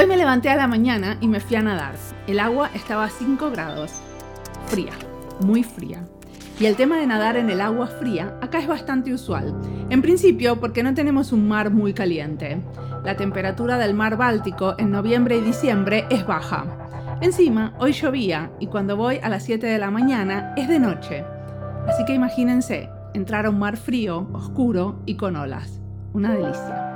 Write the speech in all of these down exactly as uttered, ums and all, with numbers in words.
Hoy me levanté a la mañana y me fui a nadar. El agua estaba a cinco grados. Fría, muy fría. Y el tema de nadar en el agua fría acá es bastante usual. En principio porque no tenemos un mar muy caliente. La temperatura del mar Báltico en noviembre y diciembre es baja. Encima, hoy llovía y cuando voy a las siete de la mañana es de noche. Así que imagínense, entrar a un mar frío, oscuro y con olas. Una delicia.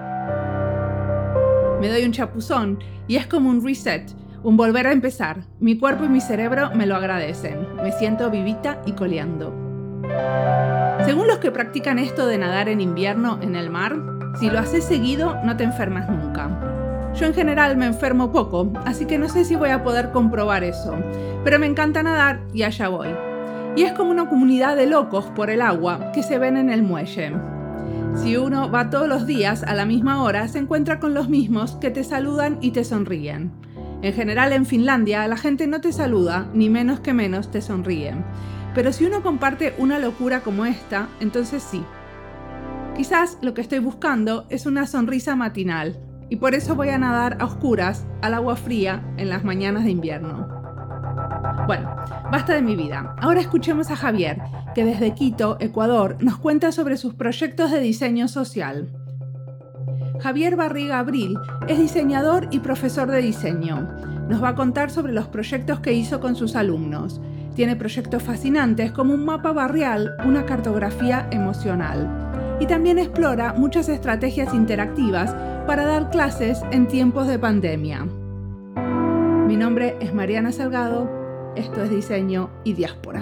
Me doy un chapuzón y es como un reset, un volver a empezar. Mi cuerpo y mi cerebro me lo agradecen. Me siento vivita y coleando. Según los que practican esto de nadar en invierno en el mar, si lo haces seguido no te enfermas nunca. Yo en general me enfermo poco, así que no sé si voy a poder comprobar eso. Pero me encanta nadar y allá voy. Y es como una comunidad de locos por el agua que se ven en el muelle. Si uno va todos los días a la misma hora, se encuentra con los mismos que te saludan y te sonríen. En general en Finlandia la gente no te saluda, ni menos que menos te sonríen. Pero si uno comparte una locura como esta, entonces sí. Quizás lo que estoy buscando es una sonrisa matinal, y por eso voy a nadar a oscuras al agua fría en las mañanas de invierno. Bueno, basta de mi vida. Ahora escuchemos a Javier, que desde Quito, Ecuador, nos cuenta sobre sus proyectos de diseño social. Javier Barriga Abril es diseñador y profesor de diseño. Nos va a contar sobre los proyectos que hizo con sus alumnos. Tiene proyectos fascinantes como un mapa barrial, una cartografía emocional. Y también explora muchas estrategias interactivas para dar clases en tiempos de pandemia. Mi nombre es Mariana Salgado. Esto es Diseño y Diáspora.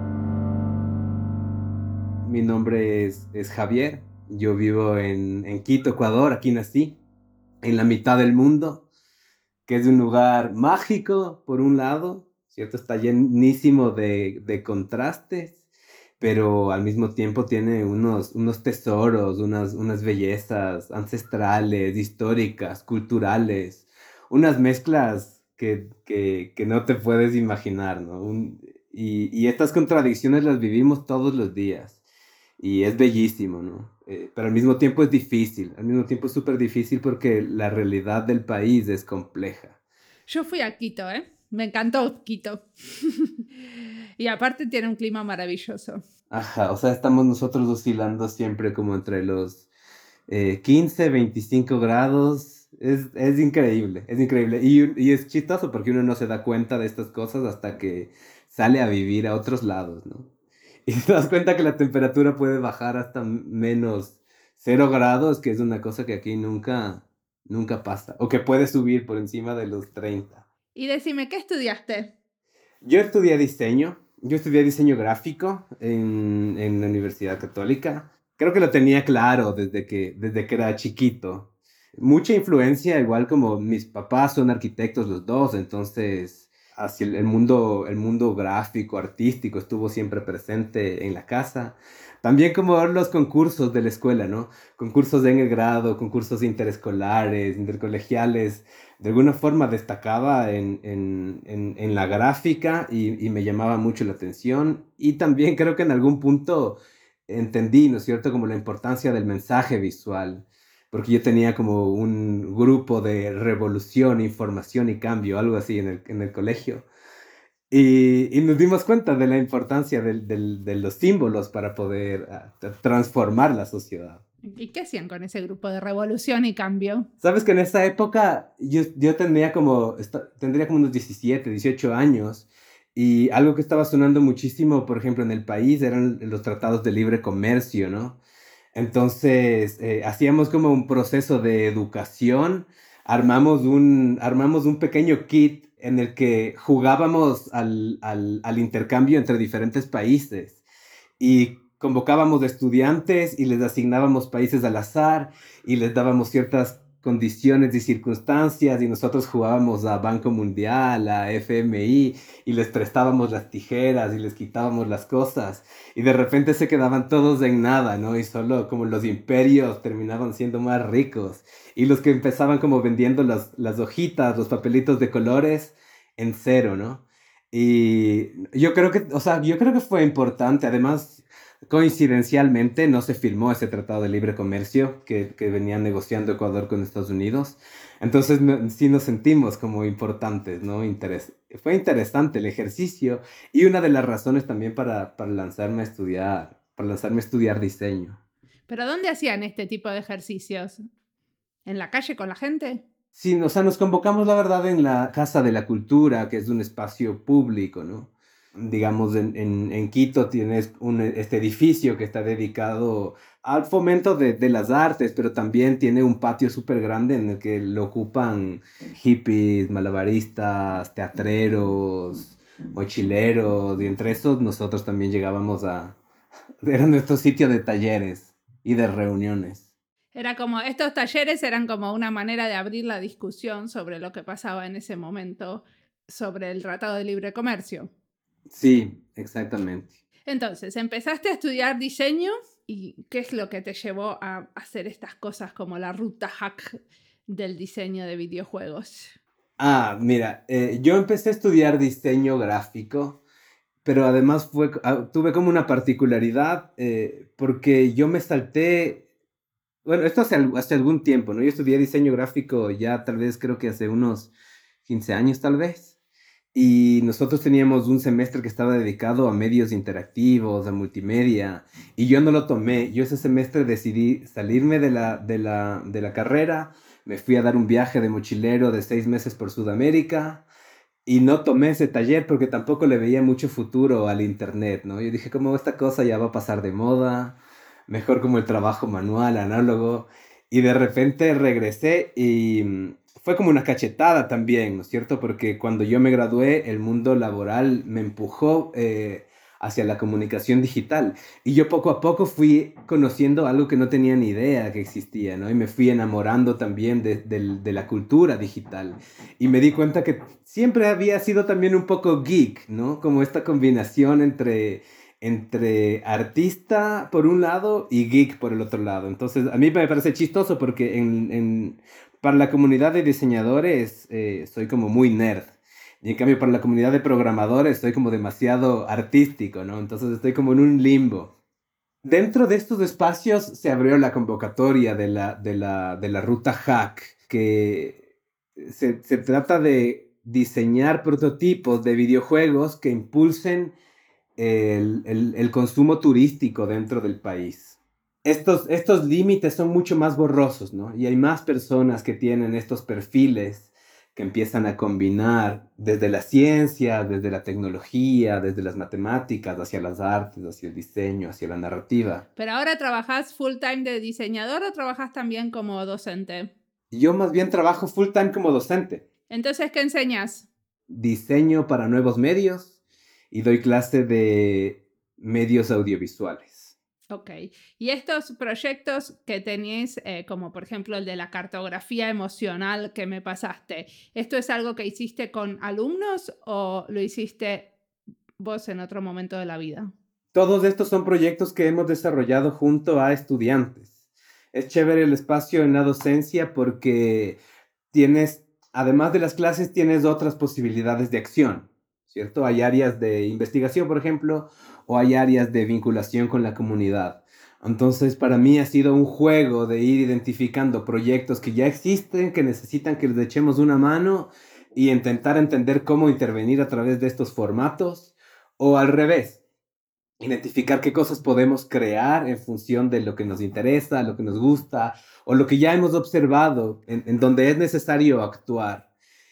Mi nombre es, es Javier. Yo vivo en, en Quito, Ecuador. Aquí nací, en la mitad del mundo, que es un lugar mágico, por un lado, ¿cierto? Está llenísimo de, de contrastes, pero al mismo tiempo tiene unos, unos tesoros, unas, unas bellezas ancestrales, históricas, culturales, unas mezclas que, que, que no te puedes imaginar, ¿no? Un, y, y estas contradicciones las vivimos todos los días. Y es bellísimo, ¿no? Eh, pero al mismo tiempo es difícil, al mismo tiempo es súper difícil porque la realidad del país es compleja. Yo fui a Quito, ¿eh? Me encantó Quito. Y aparte tiene un clima maravilloso. Ajá, o sea, estamos nosotros oscilando siempre como entre los eh, quince, veinticinco grados. Es, es increíble, es increíble. Y, y es chistoso porque uno no se da cuenta de estas cosas hasta que sale a vivir a otros lados, ¿no? Y te das cuenta que la temperatura puede bajar hasta menos cero grados, que es una cosa que aquí nunca, nunca pasa. O que puede subir por encima de los treinta. Y decime, ¿qué estudiaste? Yo estudié diseño. Yo estudié diseño gráfico en, en la Universidad Católica. Creo que lo tenía claro desde que, desde que era chiquito. Mucha influencia, igual como mis papás son arquitectos los dos, entonces hacia el, el mundo, el mundo gráfico, artístico, estuvo siempre presente en la casa. También como los concursos de la escuela, ¿no? Concursos en el grado, concursos interescolares, intercolegiales. De alguna forma destacaba en, en, en, en la gráfica y, y me llamaba mucho la atención. Y también creo que en algún punto entendí, ¿no es cierto?, como la importancia del mensaje visual. Porque yo tenía como un grupo de revolución, información y cambio, algo así en el, en el colegio. Y, y nos dimos cuenta de la importancia del, del, de los símbolos para poder uh, transformar la sociedad. ¿Y qué hacían con ese grupo de revolución y cambio? Sabes que en esa época yo, yo tendría, como, tendría como unos diecisiete, dieciocho años. Y algo que estaba sonando muchísimo, por ejemplo, en el país eran los tratados de libre comercio, ¿no? Entonces, eh, hacíamos como un proceso de educación, armamos un, armamos un pequeño kit en el que jugábamos al, al, al intercambio entre diferentes países y convocábamos estudiantes y les asignábamos países al azar y les dábamos ciertas condiciones y circunstancias y nosotros jugábamos a Banco Mundial, a F M I y les prestábamos las tijeras y les quitábamos las cosas y de repente se quedaban todos en nada, ¿no? Y solo como los imperios terminaban siendo más ricos y los que empezaban como vendiendo las, las hojitas, los papelitos de colores en cero, ¿no? Y yo creo que, o sea, yo creo que fue importante, además Coincidencialmente no se firmó ese tratado de libre comercio que, que venían negociando Ecuador con Estados Unidos. Entonces no- sí nos sentimos como importantes, ¿no? Interes- fue interesante el ejercicio y una de las razones también para, para lanzarme a estudiar, para lanzarme a estudiar diseño. ¿Pero dónde hacían este tipo de ejercicios? ¿En la calle con la gente? Sí, o sea, nos convocamos, la verdad, en la Casa de la Cultura, que es un espacio público, ¿no? Digamos, en, en, en Quito tienes un, este edificio que está dedicado al fomento de, de las artes, pero también tiene un patio súper grande en el que lo ocupan hippies, malabaristas, teatreros, mochileros, y entre esos nosotros también llegábamos a... Era nuestro sitio de talleres y de reuniones. Era como, estos talleres eran como una manera de abrir la discusión sobre lo que pasaba en ese momento sobre el Tratado de Libre Comercio. Sí, exactamente. Entonces, empezaste a estudiar diseño y ¿qué es lo que te llevó a hacer estas cosas como la ruta hack del diseño de videojuegos? Ah, mira, eh, yo empecé a estudiar diseño gráfico, pero además fue, ah, tuve como una particularidad eh, porque yo me salté, bueno, esto hace, al- hace algún tiempo, ¿no? Yo estudié diseño gráfico ya tal vez creo que hace unos quince años tal vez, y nosotros teníamos un semestre que estaba dedicado a medios interactivos, a multimedia, y yo no lo tomé. Yo ese semestre decidí salirme de la, de la, de la carrera, me fui a dar un viaje de mochilero de seis meses por Sudamérica y no tomé ese taller porque tampoco le veía mucho futuro al internet, ¿no? Yo dije, como esta cosa ya va a pasar de moda, mejor como el trabajo manual, análogo. Y de repente regresé y mm, fue como una cachetada también, ¿no es cierto? Porque cuando yo me gradué, el mundo laboral me empujó eh, hacia la comunicación digital. Y yo poco a poco fui conociendo algo que no tenía ni idea que existía, ¿no? Y me fui enamorando también de, del- de la cultura digital. Y me di cuenta que siempre había sido también un poco geek, ¿no? Como esta combinación entre, entre artista por un lado y geek por el otro lado. Entonces, a mí me parece chistoso porque en, en- para la comunidad de diseñadores eh, soy como muy nerd. Y en cambio, para la comunidad de programadores soy como demasiado artístico, ¿no? Entonces estoy como en un limbo. Dentro de estos espacios se abrió la convocatoria de la, de la, de la ruta Hack, que se, se trata de diseñar prototipos de videojuegos que impulsen el, el- el consumo turístico dentro del país. Estos, estos límites son mucho más borrosos, ¿no? Y hay más personas que tienen estos perfiles que empiezan a combinar desde la ciencia, desde la tecnología, desde las matemáticas, hacia las artes, hacia el diseño, hacia la narrativa. ¿Pero ahora trabajás full time de diseñador o trabajás también como docente? Yo más bien trabajo full time como docente. Entonces, ¿qué enseñas? Diseño para nuevos medios y doy clase de medios audiovisuales. Ok. Y estos proyectos que tenéis, eh, como por ejemplo el de la cartografía emocional que me pasaste, ¿esto es algo que hiciste con alumnos o lo hiciste vos en otro momento de la vida? Todos estos son proyectos que hemos desarrollado junto a estudiantes. Es chévere el espacio en la docencia porque tienes, además de las clases, tienes otras posibilidades de acción, ¿cierto? Hay áreas de investigación, por ejemplo, o hay áreas de vinculación con la comunidad. Entonces, para mí ha sido un juego de ir identificando proyectos que ya existen, que necesitan que les echemos una mano y intentar entender cómo intervenir a través de estos formatos, o al revés, identificar qué cosas podemos crear en función de lo que nos interesa, lo que nos gusta o lo que ya hemos observado en, en donde es necesario actuar.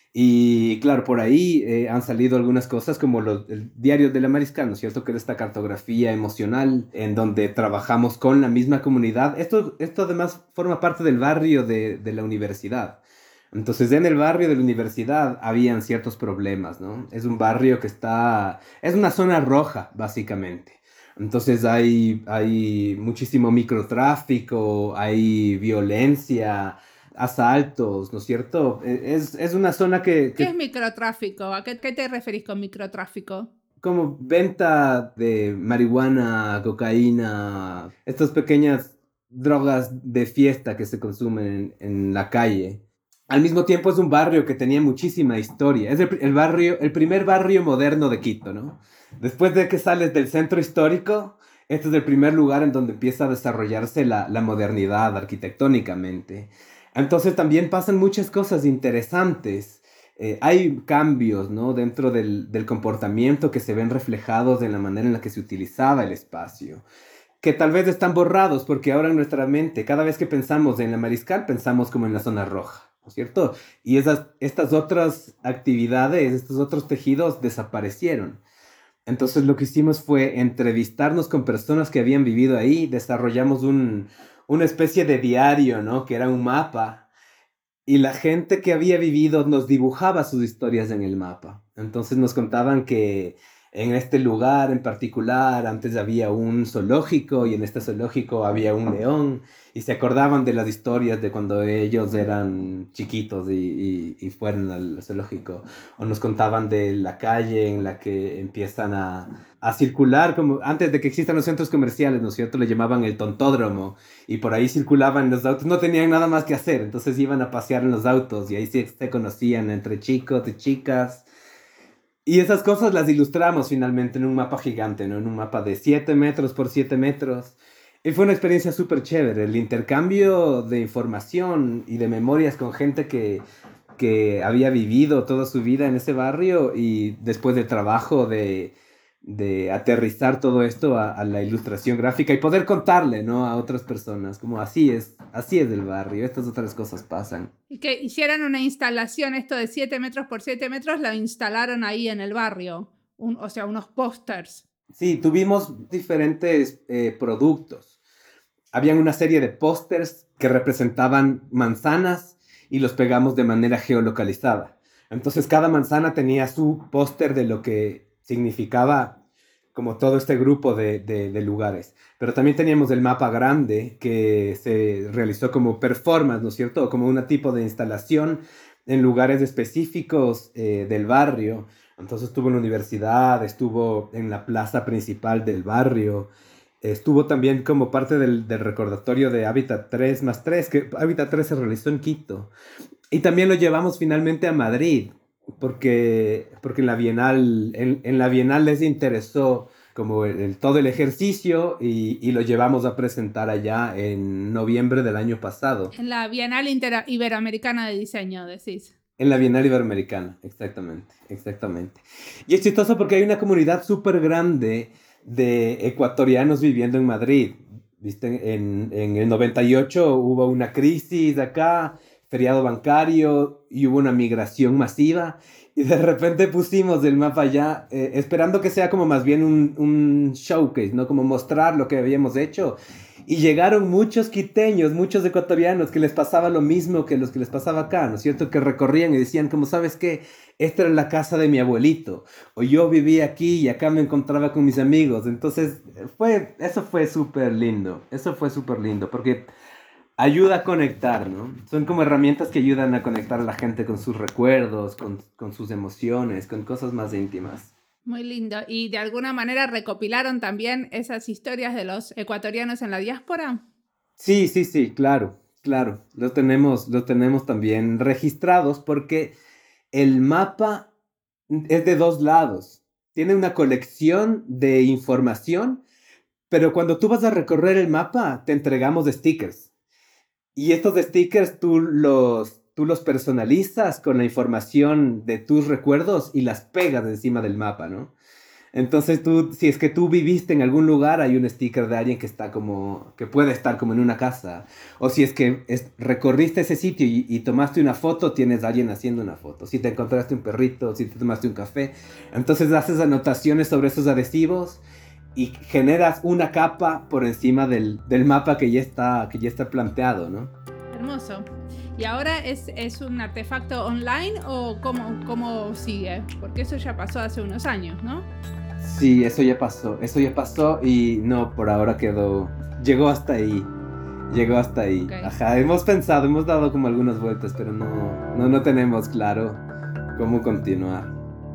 Y claro, por ahí eh, han salido algunas cosas como los el diario de la Mariscal, ¿no es cierto? Que es esta cartografía emocional en donde trabajamos con la misma comunidad. Esto, esto además forma parte del barrio de, de la universidad. Entonces, en el barrio de la universidad habían ciertos problemas, ¿no? Es un barrio que está, es una zona roja, básicamente. Entonces hay, hay muchísimo microtráfico, hay violencia, asaltos, ¿no es cierto? E- Es, es una zona que, ¿Qué es que microtráfico? ¿A qué, qué te referís con microtráfico? como venta de marihuana, cocaína, estas pequeñas drogas de fiesta que se consumen en, en la calle. Al mismo tiempo es un barrio que tenía muchísima historia. Es el, el barrio, el primer barrio moderno de Quito, ¿no? Después de que sales del centro histórico, Este es el primer lugar en donde empieza a desarrollarse la, la modernidad arquitectónicamente. Entonces también pasan muchas cosas interesantes. Eh, hay cambios, ¿no?, dentro del, del comportamiento que se ven reflejados en la manera en la que se utilizaba el espacio, que tal vez están borrados porque ahora en nuestra mente, cada vez que pensamos en la Mariscal, pensamos como en la zona roja, ¿no es cierto? Y esas, estas otras actividades, estos otros tejidos desaparecieron. Entonces lo que hicimos fue entrevistarnos con personas que habían vivido ahí, desarrollamos un, una especie de diario, ¿no?, que era un mapa, y la gente que había vivido nos dibujaba sus historias en el mapa. Entonces nos contaban que en este lugar en particular antes había un zoológico y en este zoológico había un león, y se acordaban de las historias de cuando ellos eran chiquitos y, y, y fueron al zoológico, o nos contaban de la calle en la que empiezan a, a circular, como antes de que existan los centros comerciales, ¿no es cierto? Le llamaban el tontódromo, y por ahí circulaban los autos, no tenían nada más que hacer, entonces iban a pasear en los autos y ahí se, se conocían entre chicos y chicas. Y esas cosas las ilustramos finalmente en un mapa gigante, ¿no? En un mapa de siete metros por siete metros. Y fue una experiencia súper chévere. El intercambio de información y de memorias con gente que, que había vivido toda su vida en ese barrio, y después del trabajo de, de aterrizar todo esto a, a la ilustración gráfica y poder contarle, ¿no?, a otras personas, como así es, así es el barrio, estas otras cosas pasan. Y que hicieran una instalación, esto de siete metros por siete metros, la instalaron ahí en el barrio, un, o sea, unos pósters. Sí, tuvimos diferentes eh, productos. Habían una serie de pósters que representaban manzanas y los pegamos de manera geolocalizada. Entonces cada manzana tenía su póster de lo que significaba como todo este grupo de, de, de lugares. Pero también teníamos el mapa grande que se realizó como performance, ¿no es cierto? Como un tipo de instalación en lugares específicos eh, del barrio. Entonces estuvo en la universidad, estuvo en la plaza principal del barrio, estuvo también como parte del, del recordatorio de Hábitat tres más tres, que Hábitat tres se realizó en Quito. Y también lo llevamos finalmente a Madrid, porque, porque en, la Bienal, en, en la Bienal les interesó como el, el, todo el ejercicio, y, y lo llevamos a presentar allá en noviembre del año pasado. En la Bienal Inter- Iberoamericana de Diseño, decís. En la Bienal Iberoamericana, exactamente, exactamente. Y es chistoso porque hay una comunidad súper grande de ecuatorianos viviendo en Madrid. ¿Viste? En, en el noventa y ocho hubo una crisis acá, feriado bancario, y hubo una migración masiva. Y de repente pusimos el mapa allá, eh, esperando que sea como más bien un, un showcase, ¿no? Como mostrar lo que habíamos hecho. Y llegaron muchos quiteños, muchos ecuatorianos que les pasaba lo mismo que los que les pasaba acá, ¿no es cierto? Que recorrían y decían, como, ¿sabes qué? Esta era la casa de mi abuelito. O yo vivía aquí y acá me encontraba con mis amigos. Entonces, fue, eso fue súper lindo. Eso fue súper lindo porque ayuda a conectar, ¿no? Son como herramientas que ayudan a conectar a la gente con sus recuerdos, con, con sus emociones, con cosas más íntimas. Muy lindo. ¿Y de alguna manera recopilaron también esas historias de los ecuatorianos en la diáspora? Sí, sí, sí, claro, claro. Lo tenemos, lo tenemos también registrados porque el mapa es de dos lados. Tiene una colección de información, pero cuando tú vas a recorrer el mapa, te entregamos stickers. Y estos stickers tú los... Tú los personalizas con la información de tus recuerdos y las pegas encima del mapa, ¿no? Entonces tú, si es que tú viviste en algún lugar, hay un sticker de alguien que está como, que puede estar como en una casa. O si es que es, recorriste ese sitio y, y tomaste una foto, tienes a alguien haciendo una foto. Si te encontraste un perrito, si te tomaste un café. Entonces haces anotaciones sobre esos adhesivos y generas una capa por encima del, del mapa que ya está, que ya está planteado, ¿no? Hermoso. ¿Y ahora es, es un artefacto online o cómo, cómo sigue? Porque eso ya pasó hace unos años, ¿no? Sí, eso ya pasó, eso ya pasó y no, por ahora quedó, llegó hasta ahí, llegó hasta ahí. Okay. Ajá, hemos pensado, hemos dado como algunas vueltas, pero no, no, no tenemos claro cómo continuar.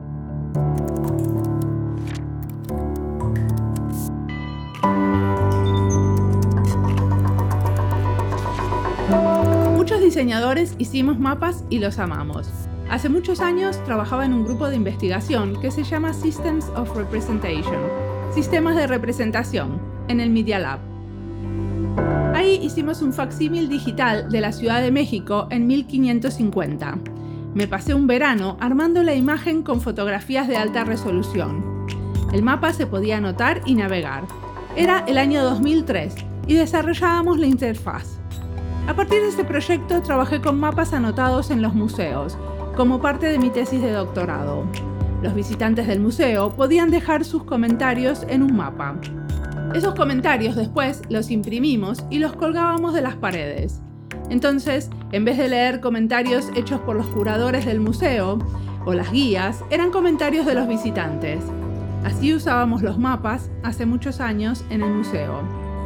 Muchos diseñadores hicimos mapas y los amamos. Hace muchos años trabajaba en un grupo de investigación que se llama Systems of Representation, sistemas de representación, en el Media Lab. Ahí hicimos un facsímil digital de la Ciudad de México en mil quinientos cincuenta. Me pasé un verano armando la imagen con fotografías de alta resolución. El mapa se podía anotar y navegar. Era el año dos mil tres y desarrollábamos la interfaz. A partir de este proyecto trabajé con mapas anotados en los museos, como parte de mi tesis de doctorado. Los visitantes del museo podían dejar sus comentarios en un mapa. Esos comentarios después los imprimimos y los colgábamos de las paredes. Entonces, en vez de leer comentarios hechos por los curadores del museo o las guías, eran comentarios de los visitantes. Así usábamos los mapas hace muchos años en el museo.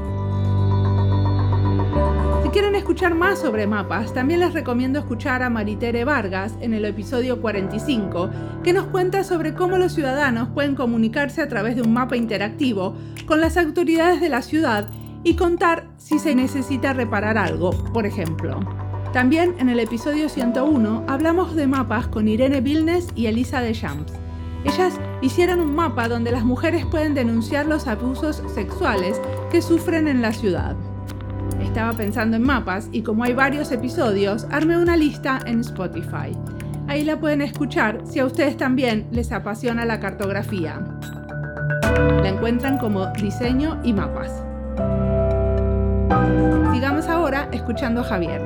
Si quieren escuchar más sobre mapas, también les recomiendo escuchar a Maritere Vargas en el episodio cuarenta y cinco, que nos cuenta sobre cómo los ciudadanos pueden comunicarse a través de un mapa interactivo con las autoridades de la ciudad y contar si se necesita reparar algo, por ejemplo. También en el episodio ciento uno hablamos de mapas con Irene Vilnes y Elisa Deschamps. Ellas hicieron un mapa donde las mujeres pueden denunciar los abusos sexuales que sufren en la ciudad. Estaba pensando en mapas y como hay varios episodios, armé una lista en Spotify. Ahí la pueden escuchar si a ustedes también les apasiona la cartografía. La encuentran como Diseño y Mapas. Sigamos ahora escuchando a Javier.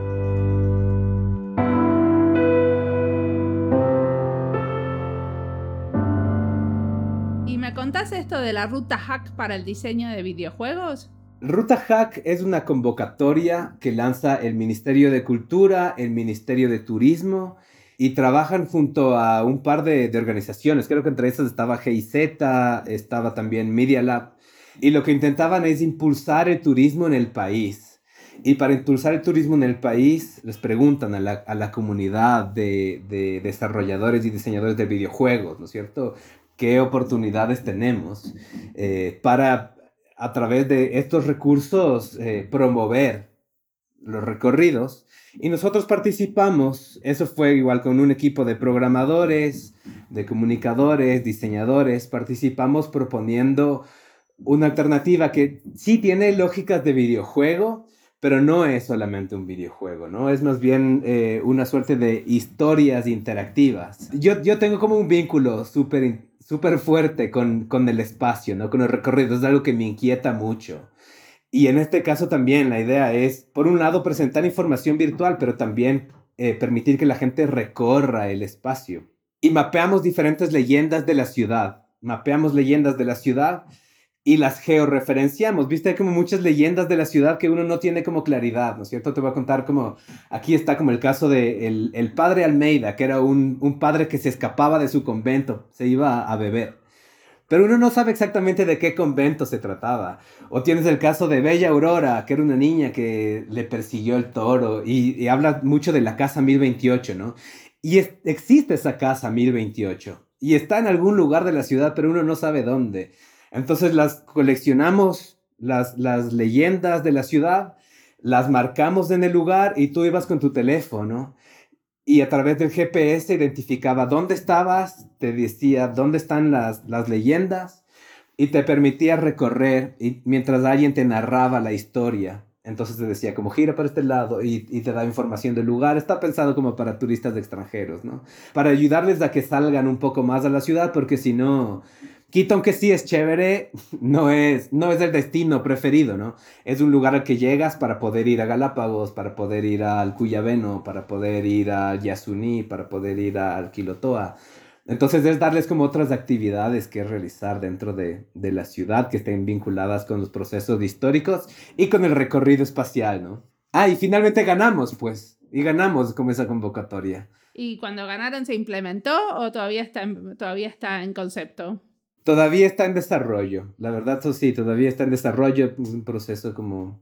¿Y me contás esto de la ruta Hack para el diseño de videojuegos? Ruta Hack es una convocatoria que lanza el Ministerio de Cultura, el Ministerio de Turismo, y trabajan junto a un par de, de organizaciones. Creo que entre esas estaba G I Z, estaba también Media Lab. Y lo que intentaban es impulsar el turismo en el país. Y para impulsar el turismo en el país, les preguntan a la, a la comunidad de, de desarrolladores y diseñadores de videojuegos, ¿no es cierto?, qué oportunidades tenemos eh, para, a través de estos recursos, eh, promover los recorridos. Y nosotros participamos, eso fue igual con un equipo de programadores, de comunicadores, diseñadores, participamos proponiendo una alternativa que sí tiene lógicas de videojuego, pero no es solamente un videojuego, ¿no? Es más bien eh, una suerte de historias interactivas. Yo, yo tengo como un vínculo súper súper fuerte con, con el espacio, ¿no? Con el recorrido, es algo que me inquieta mucho. Y en este caso también la idea es, por un lado, presentar información virtual, pero también eh, permitir que la gente recorra el espacio. Y mapeamos diferentes leyendas de la ciudad. Mapeamos leyendas de la ciudad y las georreferenciamos. Viste, hay como muchas leyendas de la ciudad que uno no tiene como claridad, ¿no es cierto? Te voy a contar como, aquí está como el caso de el, el padre Almeida, que era un, un padre que se escapaba de su convento, se iba a, a beber. Pero uno no sabe exactamente de qué convento se trataba. O tienes el caso de Bella Aurora, que era una niña que le persiguió el toro, y, y habla mucho de la casa mil veintiocho, ¿no? Y es, existe esa casa mil veintiocho, y está en algún lugar de la ciudad, pero uno no sabe dónde. Entonces las coleccionamos, las, las leyendas de la ciudad, las marcamos en el lugar y tú ibas con tu teléfono y a través del G P S identificaba dónde estabas, te decía dónde están las, las leyendas y te permitía recorrer y mientras alguien te narraba la historia. Entonces te decía como gira para este lado y, y te da información del lugar. Está pensado como para turistas extranjeros, ¿no? Para ayudarles a que salgan un poco más a la ciudad, porque si no, Quito, aunque sí es chévere, no es, no es el destino preferido, ¿no? Es un lugar al que llegas para poder ir a Galápagos, para poder ir al Cuyabeno, para poder ir a Yasuní, para poder ir al Quilotoa. Entonces es darles como otras actividades que realizar dentro de, de la ciudad que estén vinculadas con los procesos históricos y con el recorrido espacial, ¿no? Ah, y finalmente ganamos, pues, y ganamos con esa convocatoria. ¿Y cuando ganaron se implementó o todavía está en, todavía está en concepto? Todavía está en desarrollo, la verdad, eso sí, todavía está en desarrollo, es un proceso como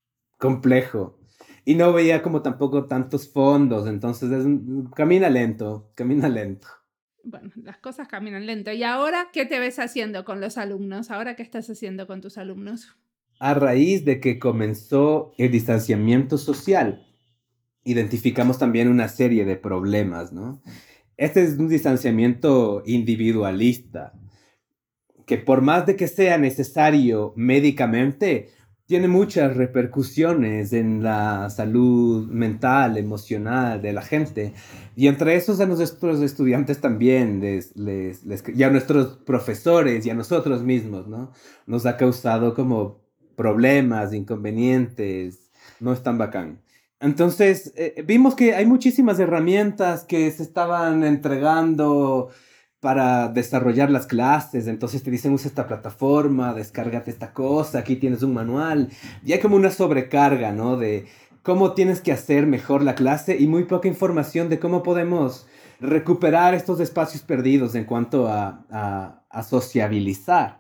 complejo. Y no veía como tampoco tantos fondos, entonces es un, camina lento, camina lento. Bueno, las cosas caminan lento. ¿Y ahora qué te ves haciendo con los alumnos? ¿Ahora qué estás haciendo con tus alumnos? A raíz de que comenzó el distanciamiento social, identificamos también una serie de problemas, ¿no? Este es un distanciamiento individualista, que por más de que sea necesario médicamente, tiene muchas repercusiones en la salud mental, emocional de la gente. Y entre esos a nuestros estudiantes también, les, les, les, y a nuestros profesores y a nosotros mismos, ¿no? Nos ha causado como problemas, inconvenientes, no es tan bacán. Entonces, eh, vimos que hay muchísimas herramientas que se estaban entregando para desarrollar las clases. Entonces te dicen, usa esta plataforma, descárgate esta cosa, aquí tienes un manual. Y hay como una sobrecarga, ¿no? De cómo tienes que hacer mejor la clase y muy poca información de cómo podemos recuperar estos espacios perdidos en cuanto a, a, a sociabilizar.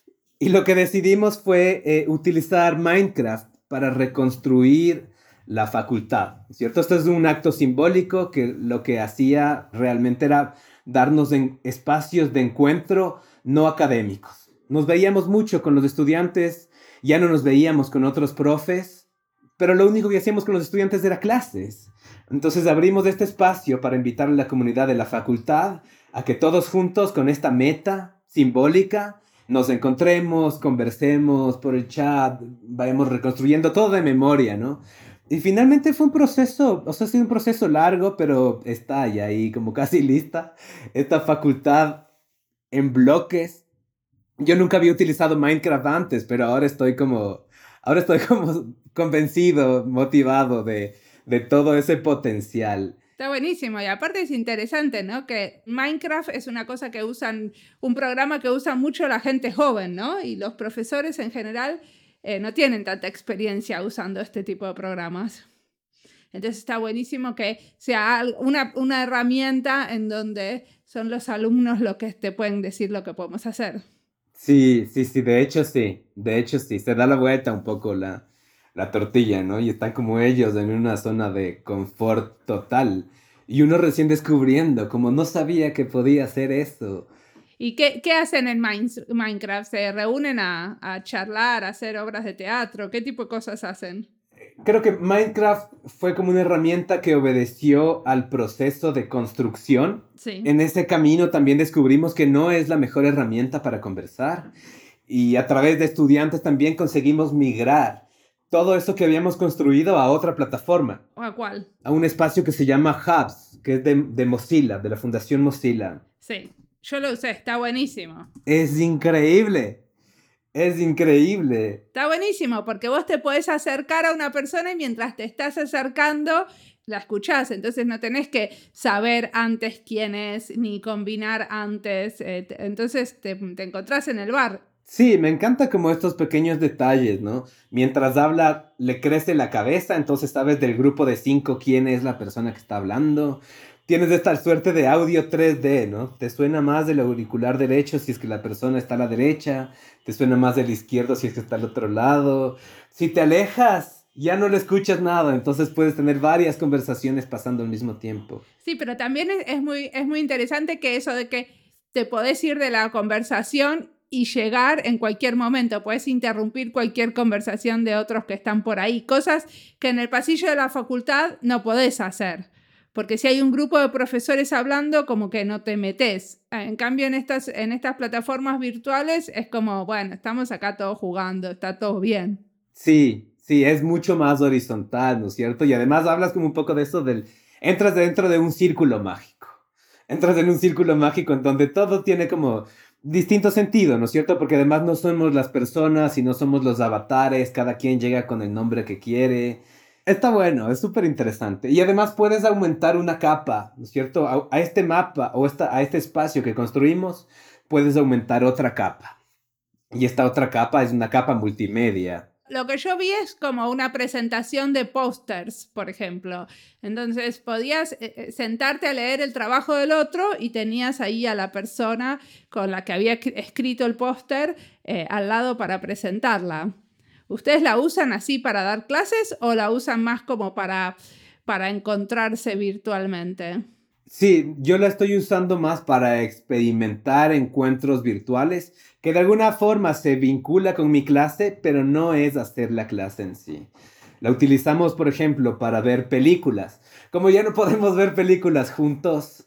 Y lo que decidimos fue eh, utilizar Minecraft para reconstruir la facultad, ¿cierto? Esto es un acto simbólico que lo que hacía realmente era darnos en espacios de encuentro no académicos. Nos veíamos mucho con los estudiantes, ya no nos veíamos con otros profes, pero lo único que hacíamos con los estudiantes era clases. Entonces abrimos este espacio para invitar a la comunidad de la facultad a que todos juntos con esta meta simbólica nos encontremos, conversemos por el chat, vayamos reconstruyendo todo de memoria, ¿no? Y finalmente fue un proceso, o sea, ha sido un proceso largo, pero está ya ahí como casi lista. Esta facultad en bloques. Yo nunca había utilizado Minecraft antes, pero ahora estoy como, ahora estoy como convencido, motivado de, de todo ese potencial. Está buenísimo y aparte es interesante, ¿no? Que Minecraft es una cosa que usan, un programa que usa mucho la gente joven, ¿no? Y los profesores en general eh, no tienen tanta experiencia usando este tipo de programas. Entonces está buenísimo que sea una, una herramienta en donde son los alumnos los que te pueden decir lo que podemos hacer. Sí, sí, sí, de hecho sí, de hecho sí, se da la vuelta un poco la, la tortilla, ¿no? Y están como ellos en una zona de confort total. Y uno recién descubriendo, como no sabía que podía hacer eso. ¿Y qué, qué hacen en Minecraft? ¿Se reúnen a, a charlar, a hacer obras de teatro? ¿Qué tipo de cosas hacen? Creo que Minecraft fue como una herramienta que obedeció al proceso de construcción. Sí. En ese camino también descubrimos que no es la mejor herramienta para conversar. Y a través de estudiantes también conseguimos migrar todo eso que habíamos construido a otra plataforma. ¿A cuál? A un espacio que se llama Hubs, que es de, de Mozilla, de la Fundación Mozilla. Sí, yo lo usé, está buenísimo. Es increíble. Es increíble. Está buenísimo porque vos te podés acercar a una persona y mientras te estás acercando la escuchás. Entonces no tenés que saber antes quién es ni combinar antes. Eh, te, entonces te, te encontrás en el bar. Sí, me encanta como estos pequeños detalles, ¿no? Mientras habla, le crece la cabeza, entonces sabes del grupo de cinco quién es la persona que está hablando. Tienes esta suerte de audio tres D, ¿no? Te suena más del auricular derecho si es que la persona está a la derecha, te suena más del izquierdo si es que está al otro lado. Si te alejas, ya no le escuchas nada, entonces puedes tener varias conversaciones pasando al mismo tiempo. Sí, pero también es, es, muy, es muy interesante que eso de que te podés ir de la conversación y llegar en cualquier momento, puedes interrumpir cualquier conversación de otros que están por ahí, cosas que en el pasillo de la facultad no podés hacer. Porque si hay un grupo de profesores hablando, como que no te metes. En cambio, en estas, en estas plataformas virtuales es como, bueno, estamos acá todos jugando, está todo bien. Sí, sí, es mucho más horizontal, ¿no es cierto? Y además hablas como un poco de eso del... Entras dentro de un círculo mágico. Entras en un círculo mágico en donde todo tiene como distinto sentido, ¿no es cierto? Porque además no somos las personas y no somos los avatares, cada quien llega con el nombre que quiere. Está bueno, es súper interesante. Y además puedes aumentar una capa, ¿no es cierto? A, a este mapa o esta, a este espacio que construimos, puedes aumentar otra capa. Y esta otra capa es una capa multimedia. Lo que yo vi es como una presentación de pósters, por ejemplo. Entonces podías eh, sentarte a leer el trabajo del otro y tenías ahí a la persona con la que había escrito el póster eh, al lado para presentarla. ¿Ustedes la usan así para dar clases o la usan más como para, para encontrarse virtualmente? Sí, yo la estoy usando más para experimentar encuentros virtuales, que de alguna forma se vincula con mi clase, pero no es hacer la clase en sí. La utilizamos, por ejemplo, para ver películas. Como ya no podemos ver películas juntos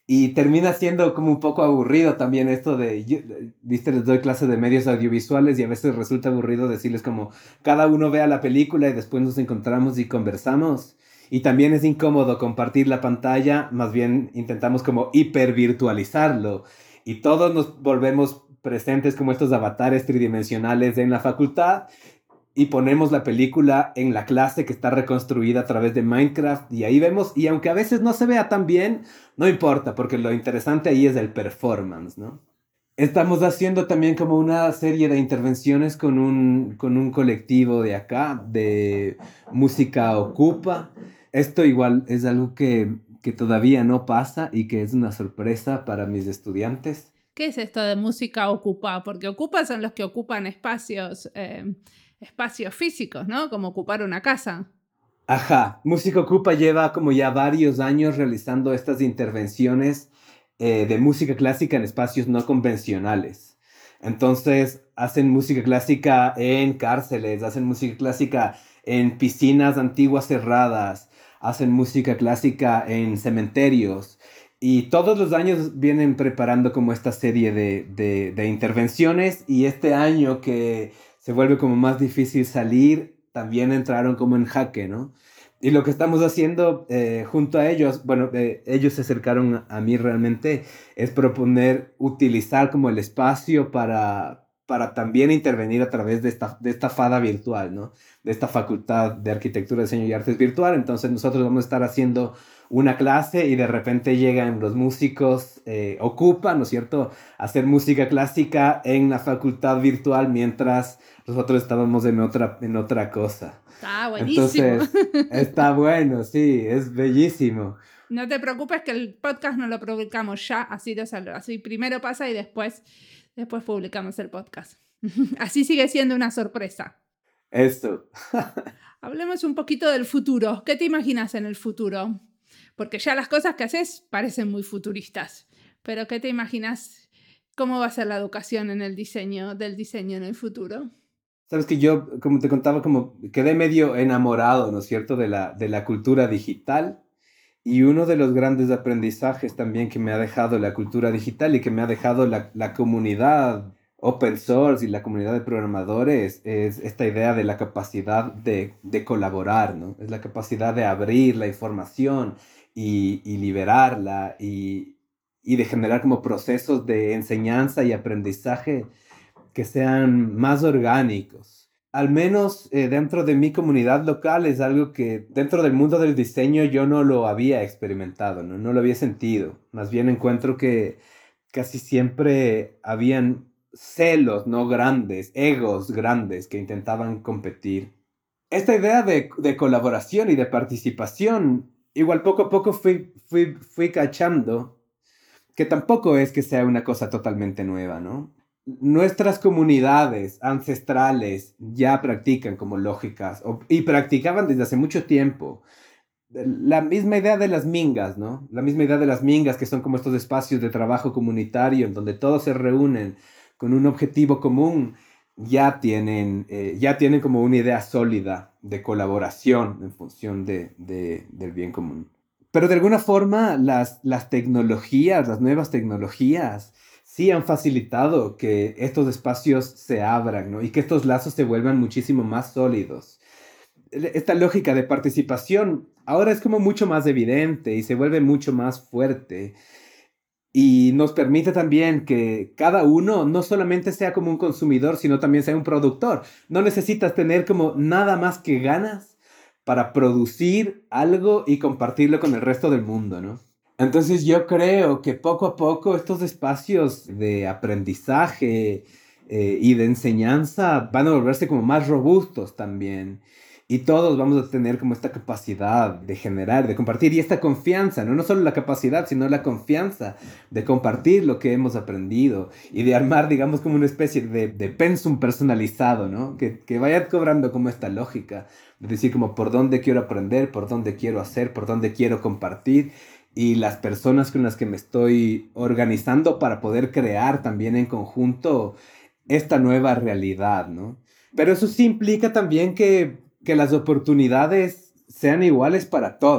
Y termina siendo como un poco aburrido también esto de, yo- viste, les doy clases de medios audiovisuales y a veces resulta aburrido decirles como cada uno vea la película y después nos encontramos y conversamos. Y también es incómodo compartir la pantalla, más bien intentamos como hipervirtualizarlo y todos nos volvemos presentes como estos avatares tridimensionales en la facultad y ponemos la película en la clase que está reconstruida a través de Minecraft y ahí vemos, y aunque a veces no se vea tan bien, no importa, porque lo interesante ahí es el performance, ¿no? Estamos haciendo también como una serie de intervenciones con un, con un colectivo de acá, de música ocupa. Esto igual es algo que, que todavía no pasa y que es una sorpresa para mis estudiantes. ¿Qué es esto de música ocupa? Porque ocupa son los que ocupan espacios, eh, espacios físicos, ¿no? Como ocupar una casa. Ajá, Música Ocupa lleva como ya varios años realizando estas intervenciones eh, de música clásica en espacios no convencionales. Entonces, hacen música clásica en cárceles, hacen música clásica en piscinas antiguas cerradas, hacen música clásica en cementerios. Y todos los años vienen preparando como esta serie de, de de intervenciones y este año que se vuelve como más difícil salir, también entraron como en jaque, ¿no? Y lo que estamos haciendo eh, junto a ellos, bueno, eh, ellos se acercaron a mí realmente, es proponer utilizar como el espacio para, para también intervenir a través de esta, de esta fada virtual, ¿no? De esta facultad de arquitectura, diseño y artes virtual. Entonces nosotros vamos a estar haciendo una clase y de repente llegan los músicos, eh, ocupan, ¿no es cierto?, hacer música clásica en la facultad virtual mientras nosotros estábamos en otra, en otra cosa. Está buenísimo. Entonces, está bueno, sí, es bellísimo. No te preocupes que el podcast no lo publicamos ya, así, lo sal- así primero pasa y después, después publicamos el podcast. Así sigue siendo una sorpresa. Eso. Hablemos un poquito del futuro. ¿Qué te imaginas en el futuro? Porque ya las cosas que haces parecen muy futuristas, pero ¿qué te imaginas? ¿Cómo va a ser la educación en el diseño, del diseño en el futuro? Sabes que yo, como te contaba, como quedé medio enamorado, ¿no es cierto?, de la, de la cultura digital. Y uno de los grandes aprendizajes también que me ha dejado la cultura digital y que me ha dejado la, la comunidad open source y la comunidad de programadores es esta idea de la capacidad de, de colaborar, ¿no? Es la capacidad de abrir la información y, y liberarla y, y de generar como procesos de enseñanza y aprendizaje que sean más orgánicos. Al menos eh, dentro de mi comunidad local es algo que dentro del mundo del diseño yo no lo había experimentado, ¿no? No lo había sentido. Más bien encuentro que casi siempre habían celos, ¿no? Grandes, egos grandes que intentaban competir. Esta idea de, de colaboración y de participación, igual poco a poco fui, fui, fui cachando que tampoco es que sea una cosa totalmente nueva, ¿no? Nuestras comunidades ancestrales ya practican como lógicas o- y practicaban desde hace mucho tiempo. La misma idea de las mingas, ¿no? La misma idea de las mingas, que son como estos espacios de trabajo comunitario en donde todos se reúnen con un objetivo común, ya tienen, eh, ya tienen como una idea sólida de colaboración en función de, de- del bien común. Pero de alguna forma las, las tecnologías, las nuevas tecnologías, sí han facilitado que estos espacios se abran, ¿no? Y que estos lazos se vuelvan muchísimo más sólidos. Esta lógica de participación ahora es como mucho más evidente y se vuelve mucho más fuerte. Y nos permite también que cada uno no solamente sea como un consumidor, sino también sea un productor. No necesitas tener como nada más que ganas para producir algo y compartirlo con el resto del mundo, ¿no? Entonces yo creo que poco a poco estos espacios de aprendizaje eh, y de enseñanza van a volverse como más robustos también. Y todos vamos a tener como esta capacidad de generar, de compartir y esta confianza, ¿no? No solo la capacidad, sino la confianza de compartir lo que hemos aprendido y de armar, digamos, como una especie de, de pensum personalizado, ¿no? Que, que vaya cobrando como esta lógica, de decir como por dónde quiero aprender, por dónde quiero hacer, por dónde quiero compartir y las personas con las que me estoy organizando para poder crear también en conjunto esta nueva realidad, ¿no? Pero eso sí implica también que, que las oportunidades sean iguales para todos,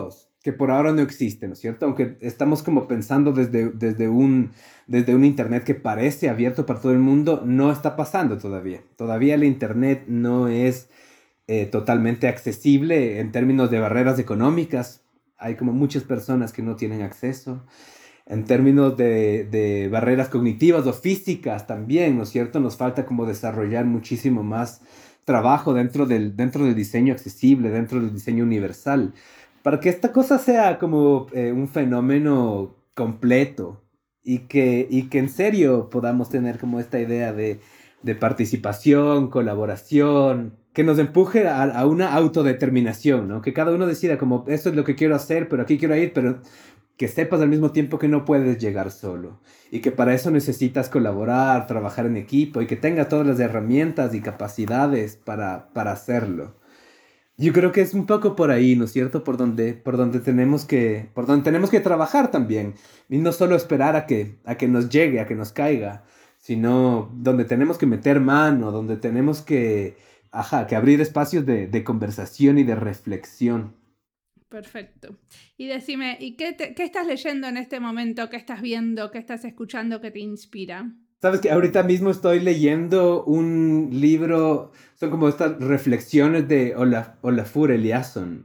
que por ahora no existe, ¿no es cierto? Aunque estamos como pensando desde, desde, un, desde un Internet que parece abierto para todo el mundo, no está pasando todavía. Todavía el Internet no es eh, totalmente accesible en términos de barreras económicas. Hay como muchas personas que no tienen acceso. En términos de, de barreras cognitivas o físicas también, ¿no es cierto? Nos falta como desarrollar muchísimo más trabajo dentro del, dentro del diseño accesible, dentro del diseño universal, para que esta cosa sea como eh, un fenómeno completo y que, y que en serio podamos tener como esta idea de, de participación, colaboración, que nos empuje a, a una autodeterminación, ¿no? Que cada uno decida como, esto es lo que quiero hacer, pero aquí quiero ir, pero que sepas al mismo tiempo que no puedes llegar solo y que para eso necesitas colaborar, trabajar en equipo y que tengas todas las herramientas y capacidades para, para hacerlo. Yo creo que es un poco por ahí, ¿no es cierto? Por donde, por donde, tenemos, que, por donde tenemos que trabajar también. Y no solo esperar a que, a que nos llegue, a que nos caiga, sino donde tenemos que meter mano, donde tenemos que, ajá, que abrir espacios de, de conversación y de reflexión. Perfecto. Y decime, ¿y qué, te, qué estás leyendo en este momento? ¿Qué estás viendo? ¿Qué estás escuchando que te inspira? Sabes que ahorita mismo estoy leyendo un libro, son como estas reflexiones de Olaf, Olafur Eliasson.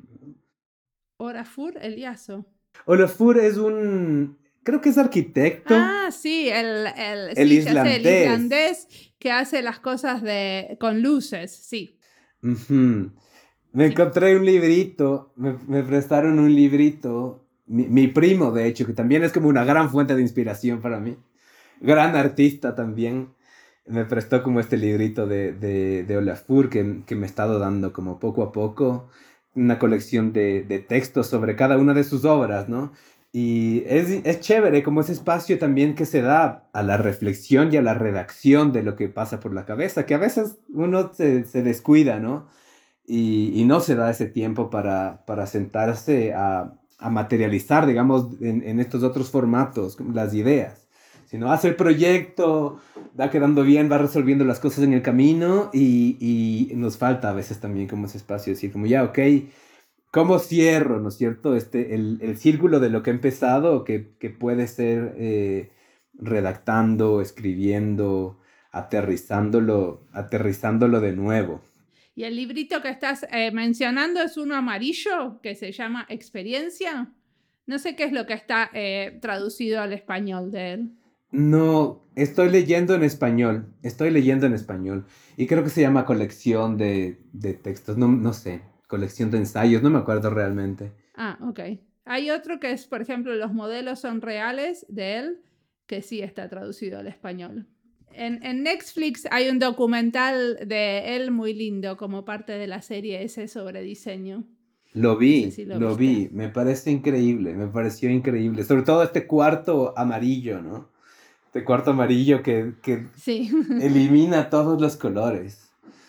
Olafur Eliasson. Olafur es un, creo que es arquitecto. Ah, sí, el, el, el sí, islandés. Que hace el islandés que hace las cosas de, con luces, sí. Uh-huh. Me sí. encontré un librito, me, me prestaron un librito, mi, mi primo de hecho, que también es como una gran fuente de inspiración para mí, gran artista también, me prestó como este librito de, de, de Olafur que, que me he estado dando como poco a poco, una colección de, de textos sobre cada una de sus obras, ¿no? Y es, es chévere como ese espacio también que se da a la reflexión y a la redacción de lo que pasa por la cabeza, que a veces uno se, se descuida, ¿no? Y, y no se da ese tiempo para, para sentarse a, a materializar, digamos, en, en estos otros formatos, las ideas. Sino hace el proyecto, va quedando bien, va resolviendo las cosas en el camino y, y nos falta a veces también como ese espacio, decir como ya, ok, ¿cómo cierro, no es cierto? Este, el, el círculo de lo que he empezado, que, que puede ser eh, redactando, escribiendo, aterrizándolo, aterrizándolo de nuevo. ¿Y el librito que estás eh, mencionando es uno amarillo que se llama Experiencia? No sé qué es lo que está eh, traducido al español de él. No, estoy leyendo en español, estoy leyendo en español y creo que se llama colección de, de textos, no, no sé, colección de ensayos, no me acuerdo realmente. Ah, ok. Hay otro que es, por ejemplo, Los modelos son reales de él, que sí está traducido al español. En, en Netflix hay un documental de él muy lindo como parte de la serie ese sobre diseño. Lo vi, no sé si lo, lo vi, me parece increíble, me pareció increíble, sobre todo este cuarto amarillo, ¿no? Este cuarto amarillo que, que sí. elimina todos los colores.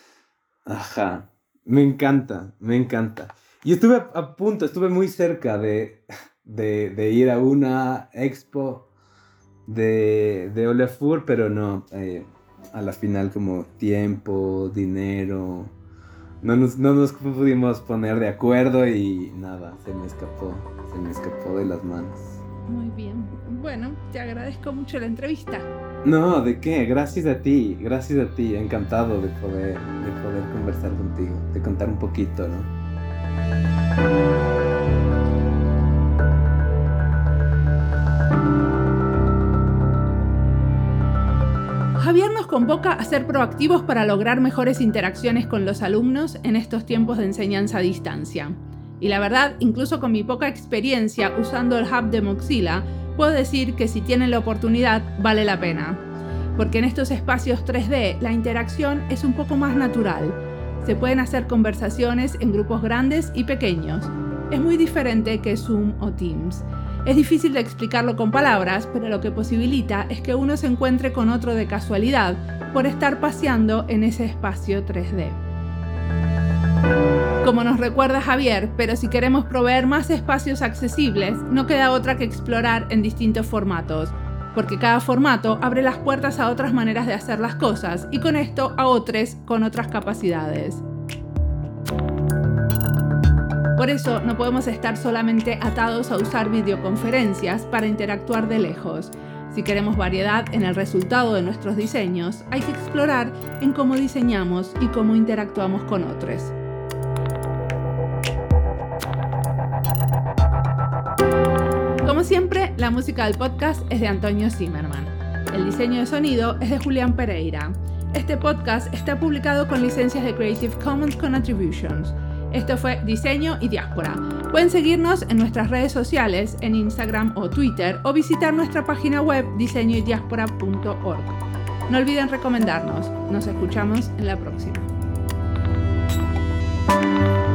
Ajá, me encanta, me encanta. Y estuve a, a punto, estuve muy cerca de, de, de ir a una expo de, de Olafur, pero no, eh, a la final como tiempo, dinero, no nos, no nos pudimos poner de acuerdo y nada, se me escapó, se me escapó de las manos. Muy bien, bueno, te agradezco mucho la entrevista. No, ¿de qué? Gracias a ti, gracias a ti, encantado de poder, de poder conversar contigo, de contar un poquito, ¿no? Javier nos convoca a ser proactivos para lograr mejores interacciones con los alumnos en estos tiempos de enseñanza a distancia. Y la verdad, incluso con mi poca experiencia usando el hub de Mozilla, puedo decir que si tienen la oportunidad, vale la pena. Porque en estos espacios tres D, la interacción es un poco más natural. Se pueden hacer conversaciones en grupos grandes y pequeños. Es muy diferente que Zoom o Teams. Es difícil de explicarlo con palabras, pero lo que posibilita es que uno se encuentre con otro de casualidad por estar paseando en ese espacio tres D. Como nos recuerda Javier, pero si queremos proveer más espacios accesibles, no queda otra que explorar en distintos formatos, porque cada formato abre las puertas a otras maneras de hacer las cosas y con esto a otros con otras capacidades. Por eso no podemos estar solamente atados a usar videoconferencias para interactuar de lejos. Si queremos variedad en el resultado de nuestros diseños, hay que explorar en cómo diseñamos y cómo interactuamos con otros. Como siempre, la música del podcast es de Antonio Zimmerman. El diseño de sonido es de Julián Pereira. Este podcast está publicado con licencias de Creative Commons con Attributions. Esto fue Diseño y Diáspora. Pueden seguirnos en nuestras redes sociales, en Instagram o Twitter, o visitar nuestra página web diseño y diáspora punto org. No olviden recomendarnos. Nos escuchamos en la próxima.